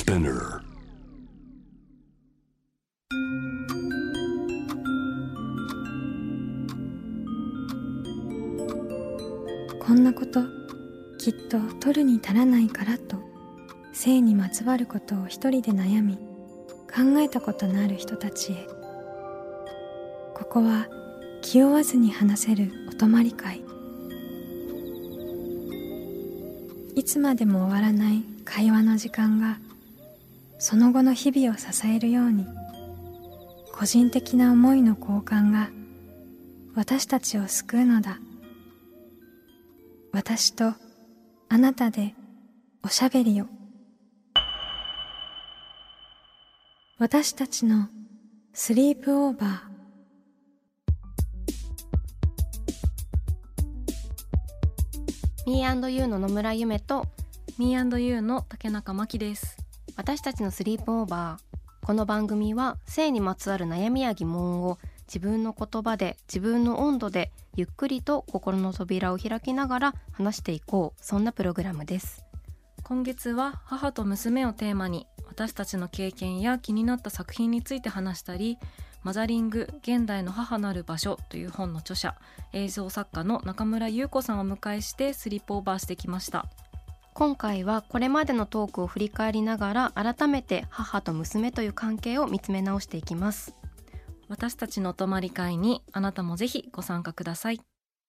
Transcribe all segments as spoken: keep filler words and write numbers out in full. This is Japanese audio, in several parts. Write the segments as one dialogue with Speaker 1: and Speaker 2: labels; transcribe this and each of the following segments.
Speaker 1: Spinner。
Speaker 2: こんなこときっと取るに足らないからと性にまつわることを一人で悩み考えたことのある人たちへ、ここは気負わずに話せるお泊まり会。いつまでも終わらない会話の時間がその後の日々を支えるように、個人的な思いの交換が私たちを救うのだ。私とあなたでおしゃべりを。私たちのスリープオーバー。
Speaker 3: ミー&ユー の野村ゆめと
Speaker 4: ミー&ユー の竹中真希です。
Speaker 3: 私たちのスリープオーバー。この番組は性にまつわる悩みや疑問を自分の言葉で自分の温度でゆっくりと心の扉を開きながら話していこう、そんなプログラムです。
Speaker 4: 今月は母と娘をテーマに私たちの経験や気になった作品について話したり、マザリング現代の母なる場所という本の著者、映像作家の中村優子さんをお迎えしてスリープオーバーしてきました。
Speaker 3: 今回はこれまでのトークを振り返りながら改めて母と娘という関係を見つめ直していきます。
Speaker 4: 私たちのお泊まり会にあなたもぜひご参加ください。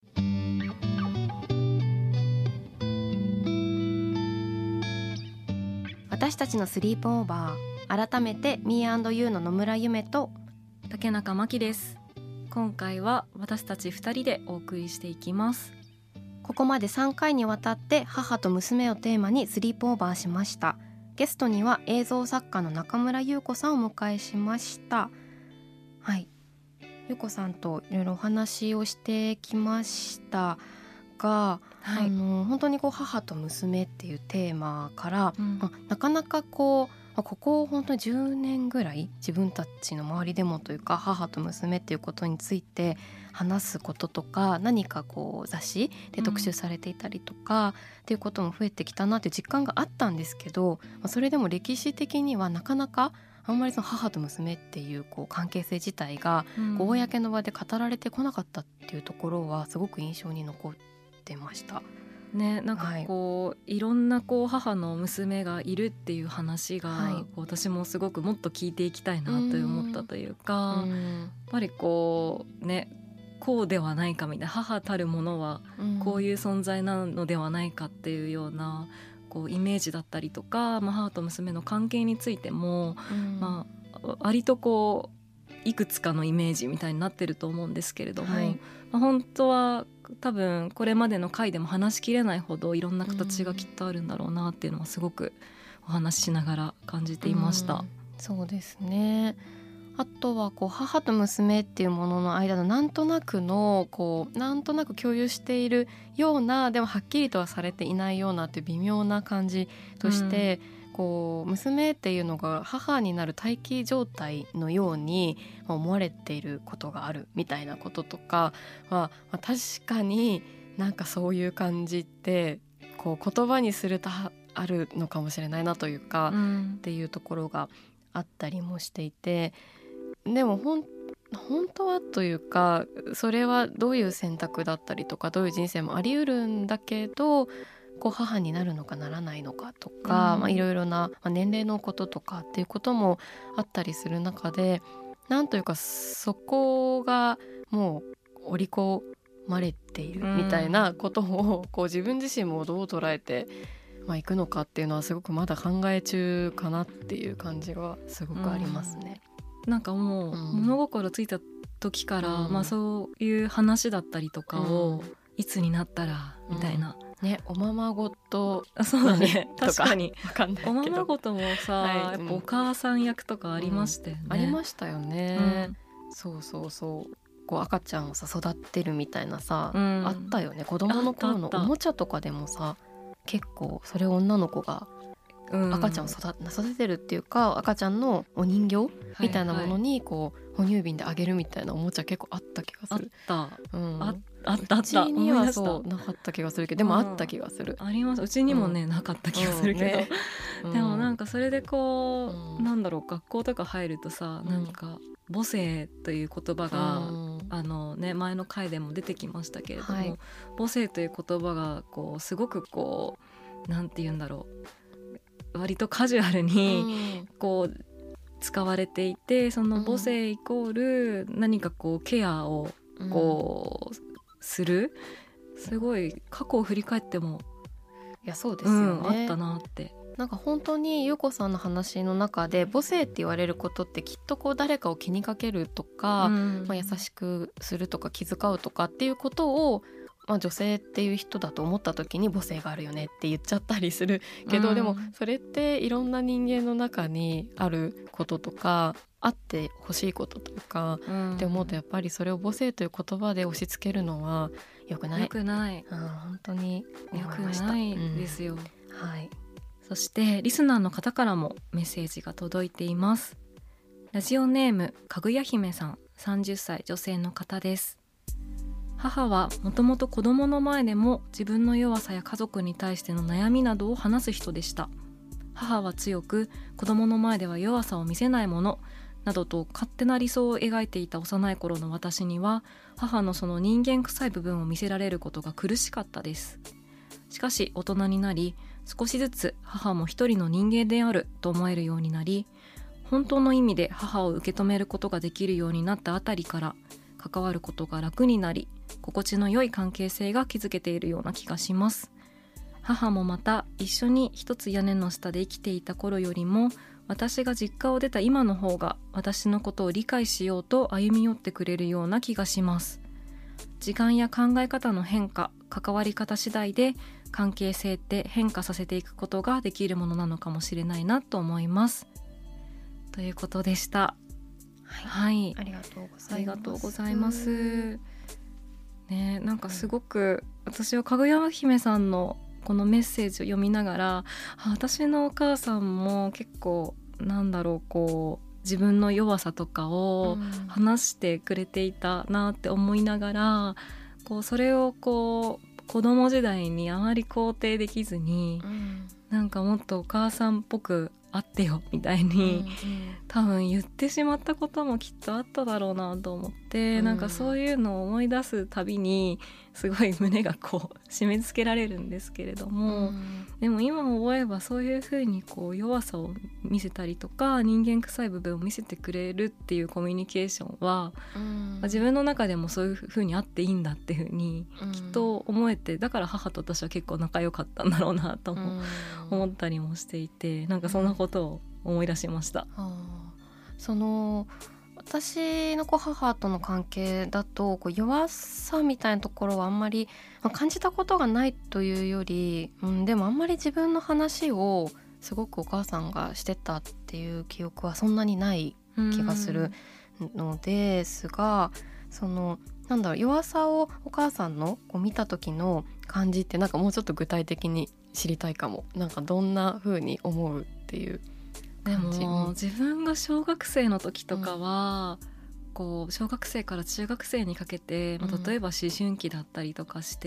Speaker 3: 私たちのスリープオーバー。改めて ミー&ユー の野村ゆめと
Speaker 4: 竹中真希です。今回は私たちふたりでお送りしていきます。
Speaker 3: ここまでさんかいにわたって母と娘をテーマにスリープオーバーしました。ゲストには映像作家の中村優子さんをお迎えしました。はい、優子さんといろいろお話をしてきましたが、はい、あの本当にこう母と娘っていうテーマから、うん、なかなかこうここ本当にじゅうねんぐらい自分たちの周りでもというか母と娘っていうことについて話すこととか、何かこう雑誌で特集されていたりとか、うん、っていうことも増えてきたなっていう実感があったんですけど、それでも歴史的にはなかなかあんまりその母と娘っていうこう関係性自体がこう公の場で語られてこなかったっていうところはすごく印象に残ってました
Speaker 4: ね。なんかこう、はい、いろんなこう母の娘がいるっていう話が、はい、こう私もすごくもっと聞いていきたいなと思ったというか、うやっぱりこうね、こうではないかみたいな、母たるものはこういう存在なのではないかっていうようなこうイメージだったりとか、まあ、母と娘の関係についても、まあ、割とこういくつかのイメージみたいになってると思うんですけれども、はい、まあ、本当は多分これまでの回でも話しきれないほどいろんな形がきっとあるんだろうなっていうのはすごくお話ししながら感じていました。
Speaker 3: うん、そうですね。あとはこう母と娘っていうものの間のなんとなくのこうなんとなく共有しているような、でもはっきりとはされていないようなっていう微妙な感じとして、うん、こう娘っていうのが母になる待機状態のように思われていることがあるみたいなこととかは、まあ、確かになんかそういう感じってこう言葉にするとあるのかもしれないなというか、うん、っていうところがあったりもしていて、でもほん本当はというか、それはどういう選択だったりとかどういう人生もあり得るんだけど、こう母になるのかならないのかとか、うん、まあ、いろいろな、まあ、年齢のこととかっていうこともあったりする中で、なんというかそこがもう織り込まれているみたいなことを、こう自分自身もどう捉えてまあ、いくのかっていうのはすごくまだ考え中かなっていう感じがすごくありますね。
Speaker 4: うん、なんかもう、うん、物心ついた時から、うん、まあ、そういう話だったりとかを、うん、いつになったらみたいな、
Speaker 3: うん、ね、おままごと
Speaker 4: そうだね確かに
Speaker 3: わかんないけど、
Speaker 4: おままごともさ、はい、やっぱお母さん役とかありましたよね。
Speaker 3: うん、ありましたよね、うん、そうそうそう、こう赤ちゃんをさ育ってるみたいなさ、うん、あったよね。子供の頃のおもちゃとかでもさ、結構それを女の子が赤ちゃんを 育, 育ててるっていうか、赤ちゃんのお人形みたいなものにこう哺乳瓶であげるみたいなおもちゃ結構あった気がする。
Speaker 4: あった、うん、ああったあった、
Speaker 3: うちには
Speaker 4: 思い出した。
Speaker 3: そうなかった気がするけど、でもあった気がする。
Speaker 4: あります。うちにもね、うん、なかった気がするけど、うんねうん、でもなんかそれでこう、うん、なんだろう、学校とか入るとさ、うん、なんか母性という言葉が、うんあのね、前の回でも出てきましたけれども、はい、母性という言葉がこうすごくこうなんて言うんだろう、割とカジュアルにこう使われていて、その母性イコール何かこうケアをこうする、すごい過去を振り返っても
Speaker 3: いやそうですよね、
Speaker 4: うん、あったなって。
Speaker 3: なんか本当に優子さんの話の中で母性って言われることってきっとこう誰かを気にかけるとか、うんまあ、優しくするとか気遣うとかっていうことを、まあ、女性っていう人だと思った時に母性があるよねって言っちゃったりするけど、うん、でもそれっていろんな人間の中にあることとかあってほしいことというか、うん、って思うとやっぱりそれを母性という言葉で押し付けるのは良くない
Speaker 4: 良くない、
Speaker 3: うん、本当に
Speaker 4: 良くないですよ、うん、
Speaker 3: はい。
Speaker 4: そしてリスナーの方からもメッセージが届いています。ラジオネームかぐや姫さん、さんじゅっさい女性の方です。母はもともと子供の前でも自分の弱さや家族に対しての悩みなどを話す人でした。母は強く、子供の前では弱さを見せないものなどと勝手な理想を描いていた幼い頃の私には、母のその人間臭い部分を見せられることが苦しかったです。しかし大人になり、少しずつ母も一人の人間であると思えるようになり、本当の意味で母を受け止めることができるようになったあたりから、関わることが楽になり、心地の良い関係性が築けているような気がします。母もまた一緒に一つ屋根の下で生きていた頃よりも、私が実家を出た今の方が私のことを理解しようと歩み寄ってくれるような気がします。時間や考え方の変化、関わり方次第で関係性って変化させていくことができるものなのかもしれないなと思います。ということでした。
Speaker 3: はい、はい、ありがとうございます。
Speaker 4: ありがとうございますね。なんかすごく、うん、私はかぐや姫さんのこのメッセージを読みながら、私のお母さんも結構なんだろう、こう自分の弱さとかを話してくれていたなって思いながら、こうそれをこう子供時代にあまり肯定できずに、うん、なんかもっとお母さんっぽくあってよみたいに、うんうん、多分言ってしまったこともきっとあっただろうなと思って、うん、なんかそういうのを思い出すたびにすごい胸がこう締め付けられるんですけれども、うん、でも今思えばそういう風にこう弱さを見せたりとか人間臭い部分を見せてくれるっていうコミュニケーションは、うん、自分の中でもそういう風にあっていいんだっていう風にきっと思えて、だから母と私は結構仲良かったんだろうなとも思ったりもしていて、なんかそんなことを思い出しました。
Speaker 3: あ、その私のこう母との関係だとこう弱さみたいなところはあんまり、まあ、感じたことがないというより、うん、でもあんまり自分の話をすごくお母さんがしてたっていう記憶はそんなにない気がするのですが、そのなんだろう、弱さをお母さんのこう見た時の感じってなんかもうちょっと具体的に知りたいかも。なんかどんな風に思うっていう。
Speaker 4: でも自分が小学生の時とかは、うん、こう小学生から中学生にかけて、まあ、例えば思春期だったりとかして、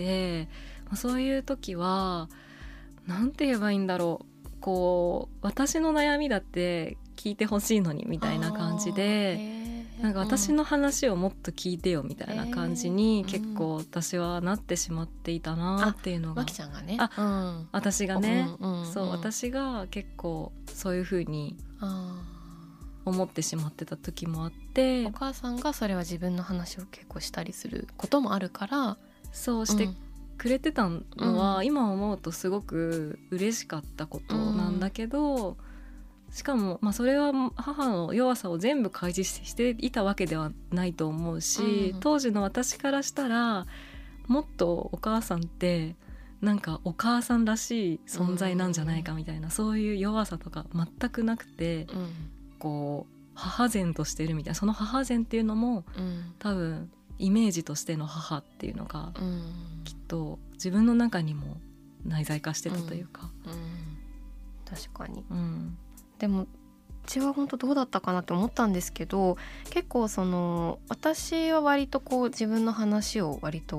Speaker 4: うんまあ、そういう時はなんて言えばいいんだろう、こう私の悩みだって聞いてほしいのにみたいな感じで、なんか私の話をもっと聞いてよみたいな感じに結構私はなってしまっていたなっていうのが、
Speaker 3: あ、まきちゃんがね、
Speaker 4: あ、うん、私がね、
Speaker 3: うんうんうん、
Speaker 4: そう私が結構そういう風に思ってしまってた時もあって、
Speaker 3: お母さんがそれは自分の話を結構したりすることもあるから、
Speaker 4: そうしてくれてたのは、うん、今思うとすごく嬉しかったことなんだけど、うん、しかも、まあ、それは母の弱さを全部開示していたわけではないと思うし、うん、当時の私からしたらもっとお母さんってなんかお母さんらしい存在なんじゃないかみたいな、うん、そういう弱さとか全くなくて、うん、こう母然としてるみたいな、その母然っていうのも、うん、多分イメージとしての母っていうのが、うん、きっと自分の中にも内在化してたというか、うんうん、
Speaker 3: 確かに、
Speaker 4: うん、
Speaker 3: でもうちは本当どうだったかなって思ったんですけど、結構その私は割とこう自分の話を割と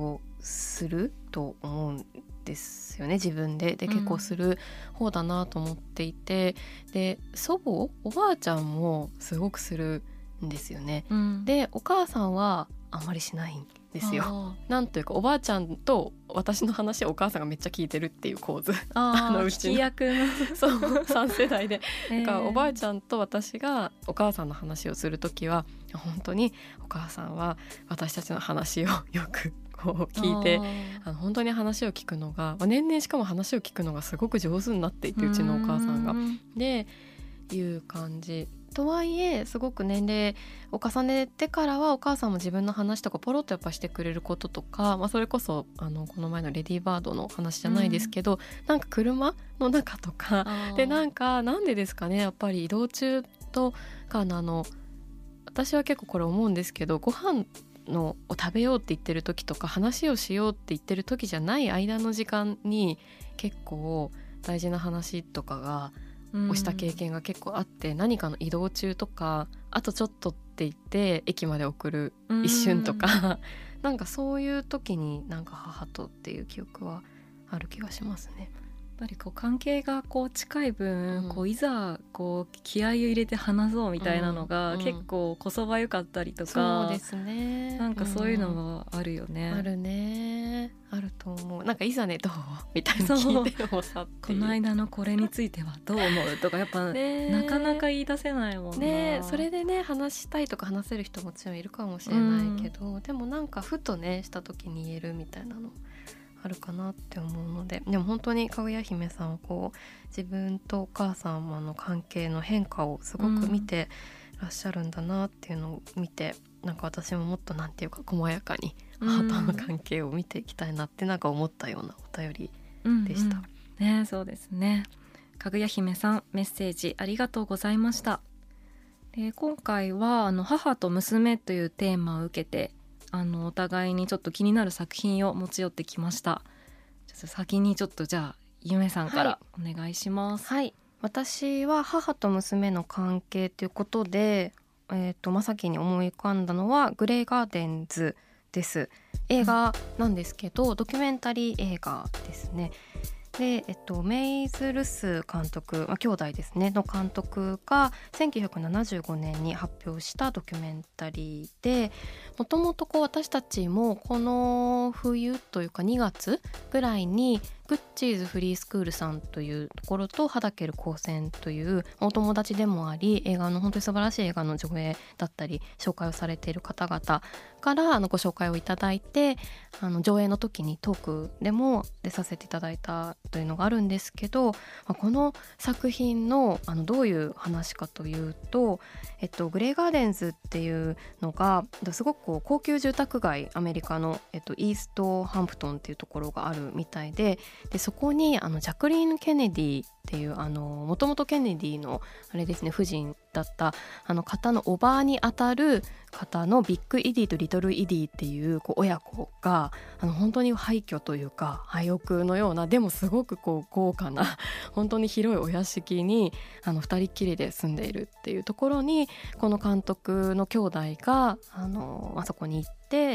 Speaker 3: すると思うんですよね、自分で。で結構する方だなと思っていて、うん、で祖母おばあちゃんもすごくするんですよね、うん、でお母さんはあんまりしないんですよ。なんというかおばあちゃんと私の話をお母さんがめっちゃ聞いてるっていう構図。
Speaker 4: ああのうちの聞き役の
Speaker 3: そうさん世代で、えー、だからおばあちゃんと私がお母さんの話をするときは本当にお母さんは私たちの話をよくこう聞いて、あの本当に話を聞くのが年々しかも話を聞くのがすごく上手になっていて、うちのお母さんがでいう感じとはいえ、すごく年齢を重ねてからはお母さんも自分の話とかポロッとやっぱしてくれることとか、まあ、それこそあのこの前のレディーバードの話じゃないですけど、うん、なんか車の中とかでなんかなんでですかね、やっぱり移動中とかのあの私は結構これ思うんですけど、ご飯のを食べようって言ってる時とか話をしようって言ってる時じゃない間の時間に結構大事な話とかがをした経験が結構あって、うん、何かの移動中とかあとちょっとって言って駅まで送る一瞬とか、うん、なんかそういう時になんか母とっていう記憶はある気がしますね。
Speaker 4: やっぱりこう関係がこう近い分、うん、こういざこう気合を入れて話そうみたいなのが結構こそばゆかったりとか、
Speaker 3: そうですね、
Speaker 4: なんかそういうのはあるよね、
Speaker 3: うん、あるね、あると思う。なんかいざねどうみたいな聞いてもさ
Speaker 4: この間のこれについてはどう思うとかやっぱなかなか言い出せないもんね。
Speaker 3: ね、それでね話したいとか話せる人もちろんいるかもしれないけど、うん、でもなんかふとねした時に言えるみたいなのあるかなって思うので、でも本当にかぐや姫さんはこう自分とお母様の関係の変化をすごく見てらっしゃるんだなっていうのを見て、うん、なんか私ももっとなんていうか細やかに母との関係を見ていきたいなってなんか思ったようなお便りでした、うん
Speaker 4: うんね、そうですね。かぐや姫さんメッセージありがとうございました。で今回はあの母と娘というテーマを受けてあのお互いにちょっと気になる作品を持ち寄ってきました。ちょっと先にちょっとじゃあゆめさんからお願いします。
Speaker 3: はい、はい、私は母と娘の関係ということで、えーと、真っ先に思い浮かんだのはグレーガーデンズです。映画なんですけど、うん、ドキュメンタリー映画ですね。で、えっと、メイズ・ルス監督、まあ、兄弟ですねの監督がせんきゅうひゃくななじゅうごねんに発表したドキュメンタリーで、もともとこう私たちもこの冬というかにがつぐらいにグッチーズフリースクールさんというところとはだける高専というお友達でもあり、映画の本当に素晴らしい映画の上映だったり紹介をされている方々からあのご紹介をいただいて、あの上映の時にトークでも出させていただいたというのがあるんですけど、この作品 の, あのどういう話かというと、えっと、グレーガーデンズっていうのがすごくこう高級住宅街、アメリカの、えっと、イーストハンプトンっていうところがあるみたいで、でそこにあのジャクリーン・ケネディっていうもともとケネディのあれですね夫人だったあの方のおばあにあたる方のビッグ・イディとリトル・イディっていう、こう親子があの本当に廃墟というか廃屋のような、でもすごくこう豪華な本当に広いお屋敷にあの二人っきりで住んでいるっていうところに、この監督の兄弟があのあそこに行って、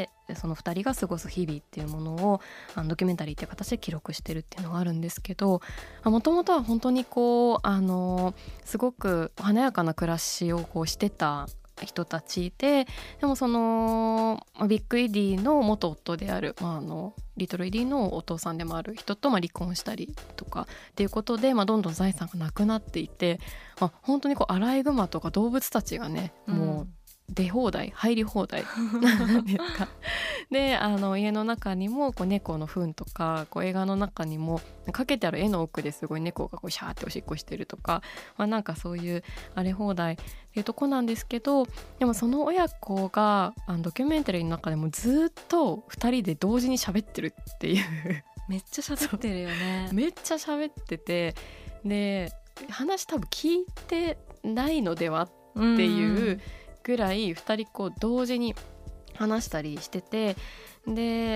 Speaker 3: そのふたりが過ごす日々っていうものをあのドキュメンタリーっていう形で記録してるっていうのがあるんですけど、もともとは本当にこうあのすごく華やかな暮らしをこうしてた人たちで、でもそのビッグイディの元夫である、まあ、あのリトルイディのお父さんでもある人とまあ離婚したりとかっていうことで、まあ、どんどん財産がなくなっていて、まあ、本当にこうアライグマとか動物たちがね、もう、うん出放題入り放題なんですかであの家の中にもこう猫の糞とか、こう映画の中にもかけてある絵の奥ですごい猫がこうシャーっておしっこしてるとか、まあ、なんかそういう荒れ放題っていうとこなんですけど、でもその親子があのドキュメンタリーの中でもずっとふたりで同時に喋ってるっていう
Speaker 4: めっちゃ喋ってるよね
Speaker 3: めっちゃ喋ってて、で話多分聞いてないのではっていう、ぐらいふたりこう同時に話したりしてて、で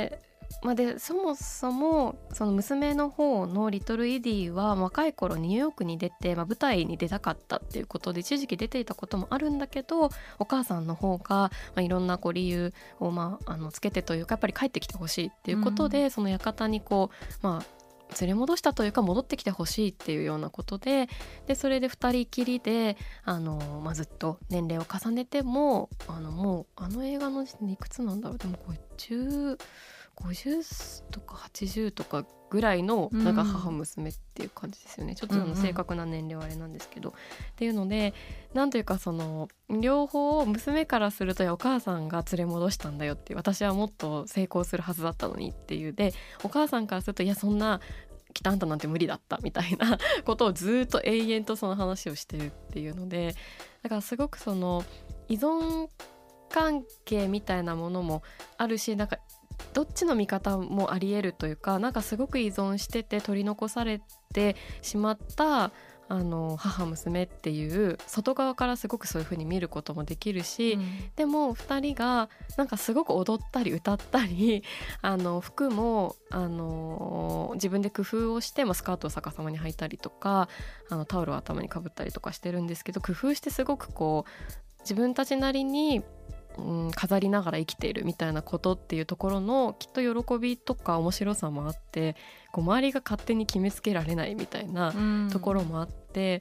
Speaker 3: まあ、でそもそもその娘の方のリトル・イディは若い頃にニューヨークに出て、まあ、舞台に出たかったっていうことで一時期出ていたこともあるんだけど、お母さんの方が、まあ、いろんなこう理由を、まあ、あのつけてというかやっぱり帰ってきてほしいっていうことで、うん、その館にこう、まあ、連れ戻したというか戻ってきてほしいっていうようなことで、でそれでふたりきりであの、まあ、ずっと年齢を重ねてもあのもうあの映画の時点でいくつなんだろう、でもこれじゅうごじゅうとかはちじゅうとかぐらいのなんか母娘っていう感じですよね、うん、ちょっとあの正確な年齢はあれなんですけど、うんうん、っていうのでなんというかその両方娘からするとお母さんが連れ戻したんだよっていう、私はもっと成功するはずだったのにっていうで、お母さんからするといやそんな来たあんたなんて無理だったみたいなことをずっと永遠とその話をしてるっていうので、だからすごくその依存関係みたいなものもあるし、なんかどっちの見方もあり得るというか、なんかすごく依存してて取り残されてしまったあの母娘っていう外側からすごくそういう風に見ることもできるし、うん、でもふたりがなんかすごく踊ったり歌ったりあの服もあの自分で工夫をして、まあ、スカートを逆さまに履いたりとかあのタオルを頭にかぶったりとかしてるんですけど、工夫してすごくこう自分たちなりにうん、飾りながら生きているみたいなことっていうところのきっと喜びとか面白さもあって、こう周りが勝手に決めつけられないみたいなところもあって、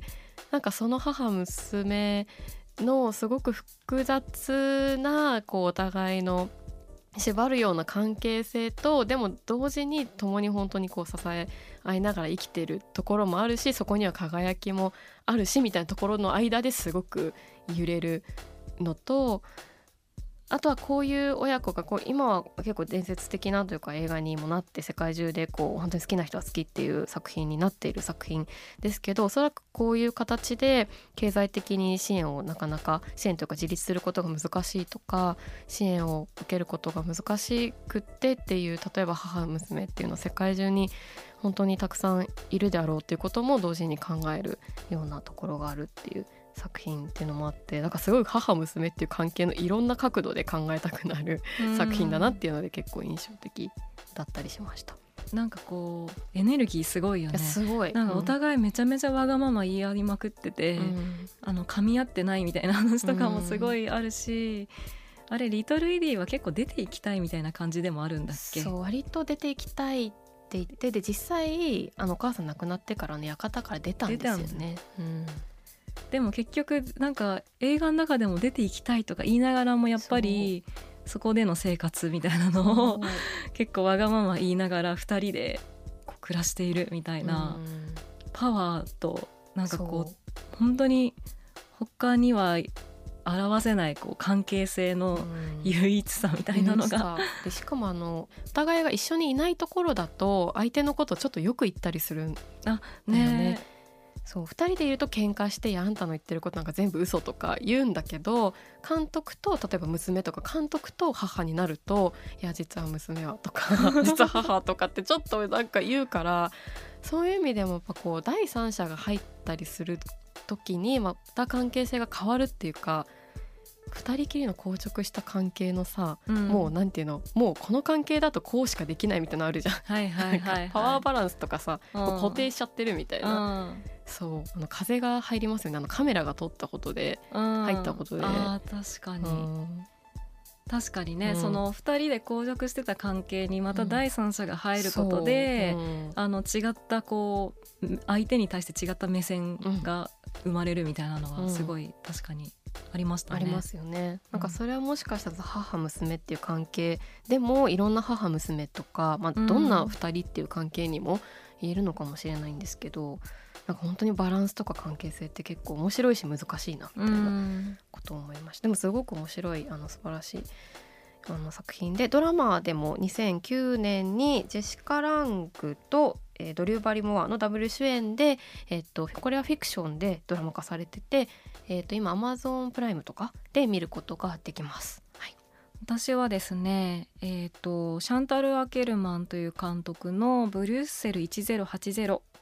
Speaker 3: うん、なんかその母娘のすごく複雑なこうお互いの縛るような関係性と、でも同時に共に本当にこう支え合いながら生きてるところもあるし、そこには輝きもあるしみたいなところの間ですごく揺れるのと、あとはこういう親子がこう今は結構伝説的なというか映画にもなって世界中でこう本当に好きな人は好きっていう作品になっている作品ですけど、おそらくこういう形で経済的に支援をなかなか支援というか自立することが難しいとか支援を受けることが難しくってっていう、例えば母娘っていうのは世界中に本当にたくさんいるであろうっていうことも同時に考えるようなところがあるっていう作品っていうのもあって、なんかすごい母娘っていう関係のいろんな角度で考えたくなる作品だなっていうので結構印象的だったりしました。
Speaker 4: なんかこうエネルギーすごいよね。
Speaker 3: すごい。
Speaker 4: なんかお互いめちゃめちゃわがまま言い合いまくってて、うん、あの噛み合ってないみたいな話とかもすごいあるし、うん、あれリトルイディは結構出ていきたいみたいな感じでもあるんだっけ。
Speaker 3: そう割と出ていきたいって言って、で実際あのお母さん亡くなってからね館から出たんですよね。うん、
Speaker 4: でも結局なんか映画の中でも出ていきたいとか言いながらもやっぱり そ, そこでの生活みたいなのを結構わがまま言いながらふたりでこう暮らしているみたいなパワーとなんかこう本当に他には表せないこう関係性の唯一さみたいなのが、
Speaker 3: うん、でしかもあのお互いが一緒にいないところだと相手のことちょっとよく言ったりするんだよね。ねそうふたりでいると喧嘩して、いやあんたの言ってることなんか全部嘘とか言うんだけど、監督と例えば娘とか監督と母になると、いや実は娘はとか実は母とかってちょっとなんか言うから、そういう意味でもやっぱこう第三者が入ったりする時にまた関係性が変わるっていうか、二人きりの硬直した関係のさ、うん、もうなんていうの、もうこの関係だとこうしかできないみたいなのあるじゃん、
Speaker 4: はいはいはいはい、
Speaker 3: パワーバランスとかさ、うん、固定しちゃってるみたいな、うん、そうあの風が入りますよね、あのカメラが撮ったことで、うん、入ったことで、
Speaker 4: あ確かに、うん、確かにね、うん、そのふたりで硬直してた関係にまた第三者が入ることで、うん、あの違ったこう相手に対して違った目線が生まれるみたいなのはすごい確かにありましたね。
Speaker 3: ありますよね。なんかそれはもしかしたら母娘っていう関係でもいろんな母娘とか、まあ、どんなふたりっていう関係にも言えるのかもしれないんですけど、なんか本当にバランスとか関係性って結構面白いし難しいなみたいなことを思いました。でもすごく面白いあの素晴らしいあの作品で、ドラマでもにせんきゅうねんにジェシカ・ラングと、えー、ドリュー・バリモアのダブル主演で、えー、とこれはフィクションでドラマ化されてて、えー、と今 Amazon プライムとかで見ることができます。はい、
Speaker 4: 私はですね、えー、とシャンタル・アケルマンという監督のブリュッセルいちぜろはちぜろ、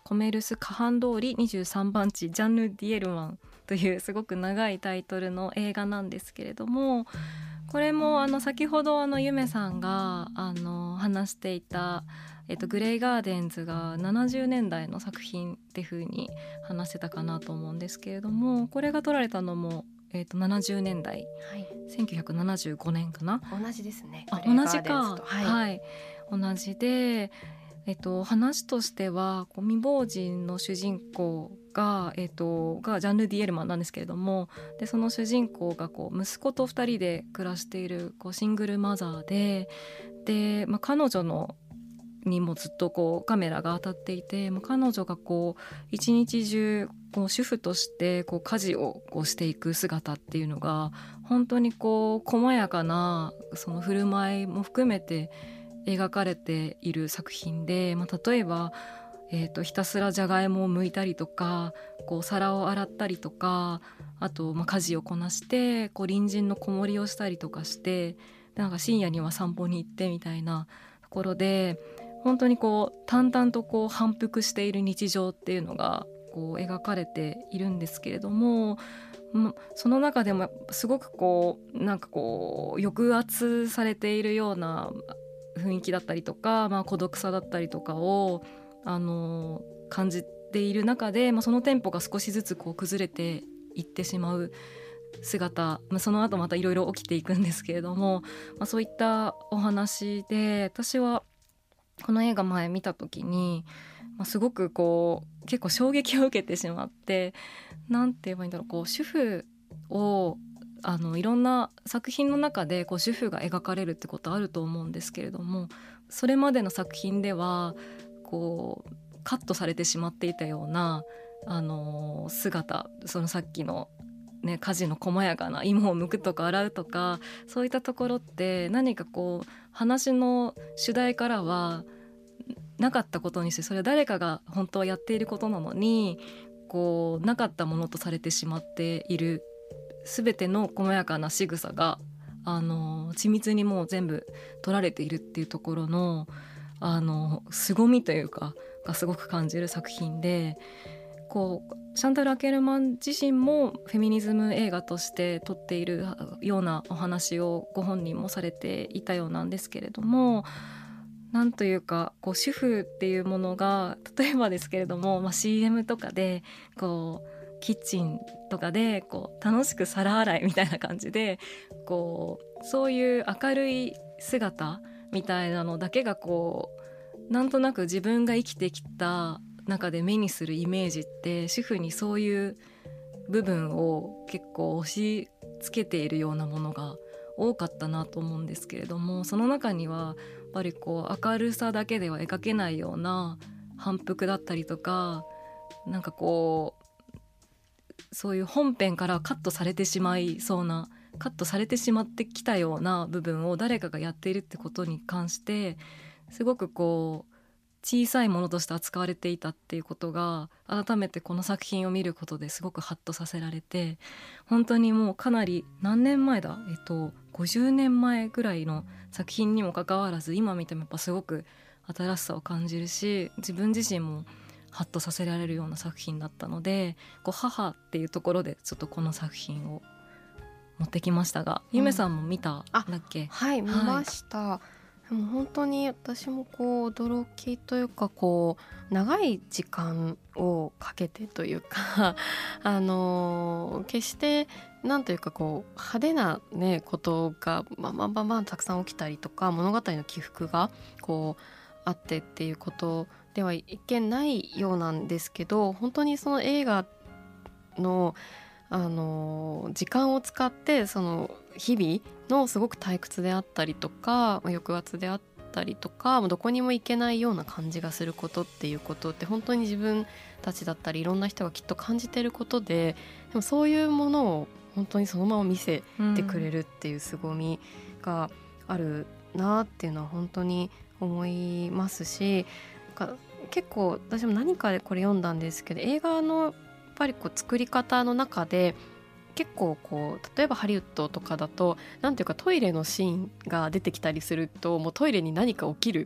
Speaker 4: コメルスカハン通りにじゅうさんばん地ジャンヌ・ディエルマンというすごく長いタイトルの映画なんですけれども、これもあの先ほどあのゆめさんがあの話していた、えっと、グレイガーデンズがななじゅうねんだいの作品っていう風に話せたかなと思うんですけれども、これが撮られたのも、えっと、ななじゅうねんだい、はい、せんきゅうひゃくななじゅうごねんかな。
Speaker 3: 同じですね。
Speaker 4: あ、同じか、はい、はい、同じで、えっと、話としてはこう未亡人の主人公が、えっと、がジャンヌ・ディエルマンなんですけれども、でその主人公がこう息子とふたりで暮らしているこうシングルマザーで、で、まあ、彼女のにもずっとこうカメラが当たっていて、まあ、彼女がこう一日中こう主婦としてこう家事をこうしていく姿っていうのが本当にこう細やかなその振る舞いも含めて描かれている作品で、まあ、例えば、えーと、ひたすらじゃがいもを剥いたりとか、こう皿を洗ったりとか、あと、まあ、家事をこなしてこう隣人の子守りをしたりとかして、でなんか深夜には散歩に行ってみたいなところで、本当にこう淡々とこう反復している日常っていうのがこう描かれているんですけれども、その中でもすごくこうなんかこう抑圧されているような雰囲気だったりとか、まあ、孤独さだったりとかをあの感じている中で、まあ、そのテンポが少しずつこう崩れていってしまう姿、まあ、その後またいろいろ起きていくんですけれども、まあ、そういったお話で、私はこの映画前見た時に、まあ、すごくこう結構衝撃を受けてしまって、なんて言えばいいんだろう、こう主婦をあのいろんな作品の中でこう主婦が描かれるってことあると思うんですけれども、それまでの作品ではこうカットされてしまっていたようなあの姿、そのさっきの、ね、家事の細やかな芋を剥くとか洗うとか、そういったところって何かこう話の主題からはなかったことにして、それは誰かが本当はやっていることなのにこうなかったものとされてしまっている、全ての細やかな仕草があの緻密にもう全部取られているっていうところのあの凄みというかがすごく感じる作品で、こうシャンタル・アケルマン自身もフェミニズム映画として撮っているようなお話をご本人もされていたようなんですけれども、なんというかこう主婦っていうものが例えばですけれども、まあ、シーエム とかでこうキッチンとかでこう楽しく皿洗いみたいな感じでこうそういう明るい姿みたいなのだけがこうなんとなく自分が生きてきた中で目にするイメージって、主婦にそういう部分を結構押し付けているようなものが多かったなと思うんですけれども、その中にはやっぱりこう明るさだけでは描けないような反復だったりとか、なんかこうそういう本編からカットされてしまいそうな、カットされてしまってきたような部分を誰かがやっているってことに関してすごくこう小さいものとして扱われていたっていうことが改めてこの作品を見ることですごくハッとさせられて、本当にもうかなり何年前だ、えっとごじゅうねんまえぐらいの作品にもかかわらず今見てもやっぱすごく新しさを感じるし、自分自身もハッとさせられるような作品だったので、こう母っていうところでちょっとこの作品を持ってきましたが、うん、ゆめさんも見たんだっけ？
Speaker 3: はい見ました、はい、でも本当に私もこう驚きというか、こう長い時間をかけてというかあの決してなんというかこう派手な、ね、ことがバンバンバンバンたくさん起きたりとか、物語の起伏がこうあってっていうことでは一見ないようなんですけど、本当にその映画のあの時間を使ってその日々のすごく退屈であったりとか抑圧であったりとか、どこにも行けないような感じがすることっていうことって本当に自分たちだったりいろんな人がきっと感じてることで、でもそういうものを本当にそのまま見せてくれるっていう凄みがあるなっていうのは本当に思いますし、なんか結構私も何かでこれ読んだんですけど、映画のやっぱりこう作り方の中で結構こう例えばハリウッドとかだとなんていうかトイレのシーンが出てきたりするともうトイレに何か起きる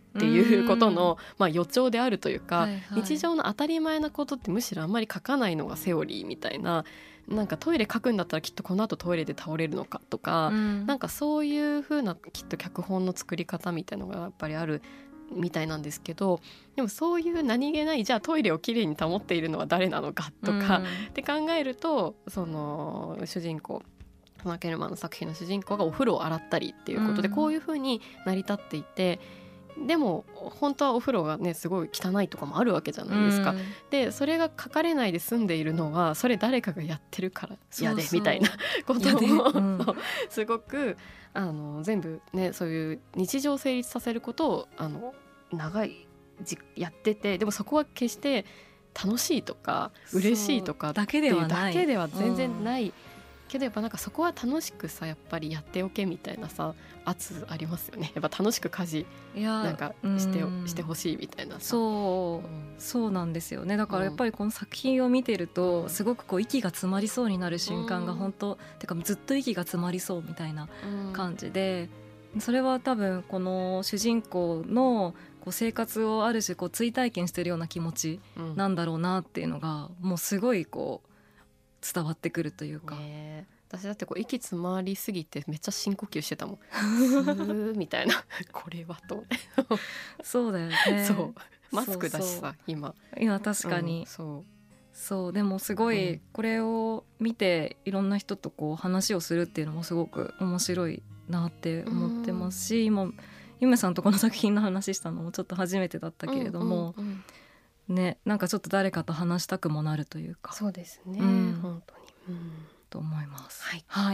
Speaker 3: っていうことの、まあ、予兆であるというか、
Speaker 4: はいはい、
Speaker 3: 日常の当たり前なことってむしろあんまり書かないのがセオリーみたいな、なんかトイレ書くんだったらきっとこの後トイレで倒れるのかとか、うん、なんかそういう風なきっと脚本の作り方みたいなのがやっぱりあるみたいなんですけど、でもそういう何気ないじゃあトイレをきれいに保っているのは誰なのかとか、うん、って考えると、その主人公トマ・ケルマンの作品の主人公がお風呂を洗ったりっていうことで、こういう風に成り立っていて、でも本当はお風呂がねすごい汚いとかもあるわけじゃないですか、うん、でそれが書かれないで済んでいるのはそれ誰かがやってるから嫌でみたいなことを、うん、すごくあの全部ねそういう日常を成立させることをあの長いじやってて、でもそこは決して楽しいとか嬉しいとか
Speaker 4: だけではない、
Speaker 3: だけでは全然ない、うんけどやっぱなんかそこは楽しくさやっぱりやっておけみたいなさ圧ありますよね。やっぱ楽しく家事なんかして、してほしいみたいなさ。
Speaker 4: そう、うん、そうなんですよね。だからやっぱりこの作品を見てると、うん、すごくこう息が詰まりそうになる瞬間が本当、うん、てかずっと息が詰まりそうみたいな感じで、うん、それは多分この主人公のこう生活をある種こう追体験してるような気持ちなんだろうなっていうのがもうすごいこう伝わってくるというか、
Speaker 3: ね、私だってこう息詰まりすぎてめっちゃ深呼吸してたもんスーみたいなこれはと
Speaker 4: そうだよね。
Speaker 3: そうマスクだしさ、そうそう今
Speaker 4: 今確かに、うん、そうそうでもすごいこれを見ていろんな人とこう話をするっていうのもすごく面白いなって思ってますし、今ゆめさんとこの作品の話したのもちょっと初めてだったけれども、うんうんうんね、なんかちょっと誰かと話したくもなるというか、
Speaker 3: そうですね、
Speaker 4: うん、
Speaker 3: 本当に、うん、
Speaker 4: と思います。
Speaker 3: はい、
Speaker 4: はい、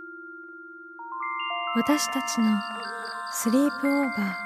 Speaker 2: 私たちのスリープオーバー。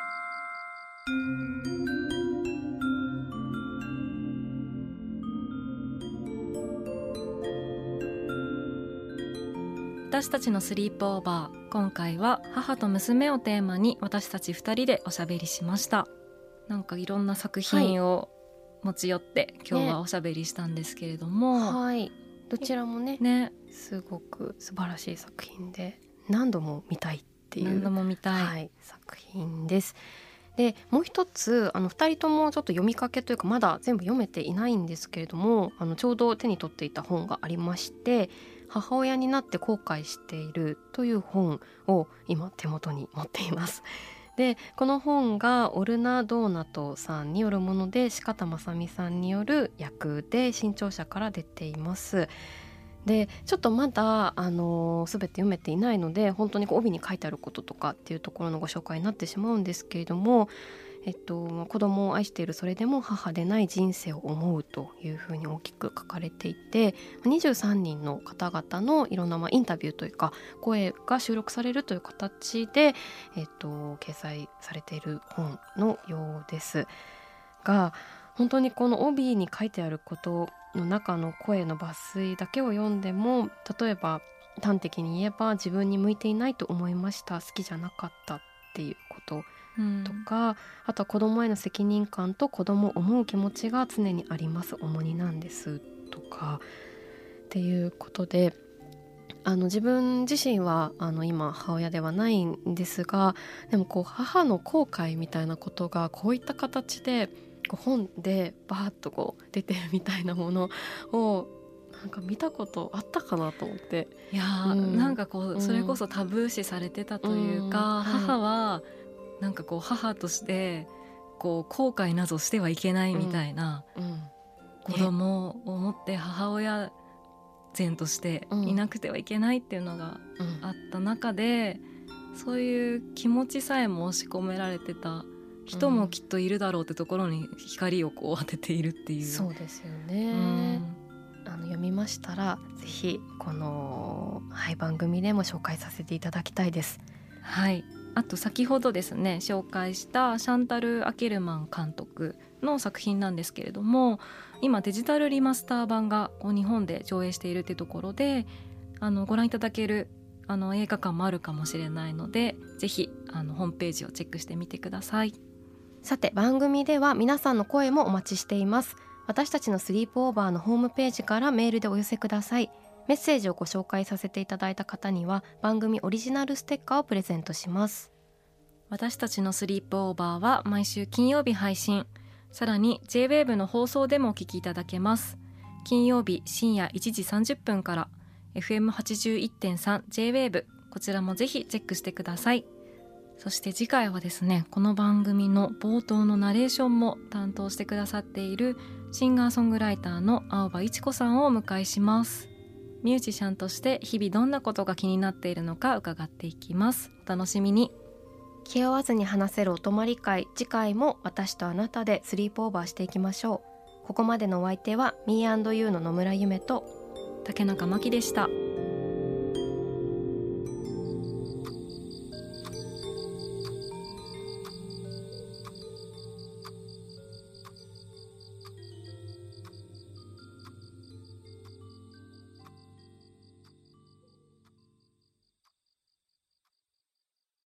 Speaker 4: 私たちのスリープオーバー、今回は母と娘をテーマに私たちふたりでおしゃべりしました。なんかいろんな作品を持ち寄って、はい、今日はおしゃべりしたんですけれども、
Speaker 3: ね、はい、どちらも ね, ねすごく素晴らしい作品で何度も見たいっていう
Speaker 4: 何度も見たい、
Speaker 3: はい、作品です。でもう一つあのふたりともちょっと読みかけというかまだ全部読めていないんですけれども、あのちょうど手に取っていた本がありまして、母親になって後悔しているという本を今手元に持っています。でこの本がオルナ・ドーナトさんによるもので、四方正美さんによる訳で新潮社から出ています。でちょっとまだあの全て読めていないので本当にこう帯に書いてあることとかっていうところのご紹介になってしまうんですけれども、えっと、子供を愛しているそれでも母でない人生を思うというふうに大きく書かれていて、にじゅうさんにんの方々のいろんなまあインタビューというか声が収録されるという形で、えっと、掲載されている本のようですが、本当にこの帯に書いてあることの中の声の抜粋だけを読んでも、例えば端的に言えば自分に向いていないと思いました、好きじゃなかったっていうこととか、うん、あとは子供への責任感と子供を思う気持ちが常にあります、重荷なんですとかっていうことで、あの自分自身はあの今母親ではないんですが、でもこう母の後悔みたいなことがこういった形でこう本でバーッとこう出てるみたいなものをなんか見たことあったかなと思って、
Speaker 4: いや、うん、なんかこうそれこそタブー視されてたというか、うんうん、母はなんかこう母としてこう後悔などしてはいけないみたいな、うんうん、子供を持って母親前としていなくてはいけないっていうのがあった中で、うん、そういう気持ちさえも押し込められてた人もきっといるだろうってところに光をこう当てているっていう、
Speaker 3: そうですよね、うん、あの読みましたらぜひこの、はい、番組でも紹介させていただきたいです。
Speaker 4: はい、あと先ほどですね紹介したシャンタル・アケルマン監督の作品なんですけれども、今デジタルリマスター版が日本で上映しているというところで、あのご覧いただけるあの映画館もあるかもしれないので、ぜひあのホームページをチェックしてみてください。
Speaker 3: さて番組では皆さんの声もお待ちしています。私たちのスリープオーバーのホームページからメールでお寄せください。メッセージをご紹介させていただいた方には番組オリジナルステッカーをプレゼントします。
Speaker 4: 私たちのスリープオーバーは毎週金曜日配信。さらに ジェイウェーブ の放送でもお聞きいただけます。金曜日深夜いちじさんじゅっぷんから エフエムはちじゅういってんさん ジェイウェーブ、 こちらもぜひチェックしてください。そして次回はですね、この番組の冒頭のナレーションも担当してくださっているシンガーソングライターの青葉一子さんをお迎えします。ミュージシャンとして日々どんなことが気になっているのか伺っていきます。お楽しみに。
Speaker 3: 気負わずに話せるお泊まり会、次回も私とあなたでスリープオーバーしていきましょう。ここまでのお相手は ミーアンドユー の野村ゆめと
Speaker 4: 竹中真希でした。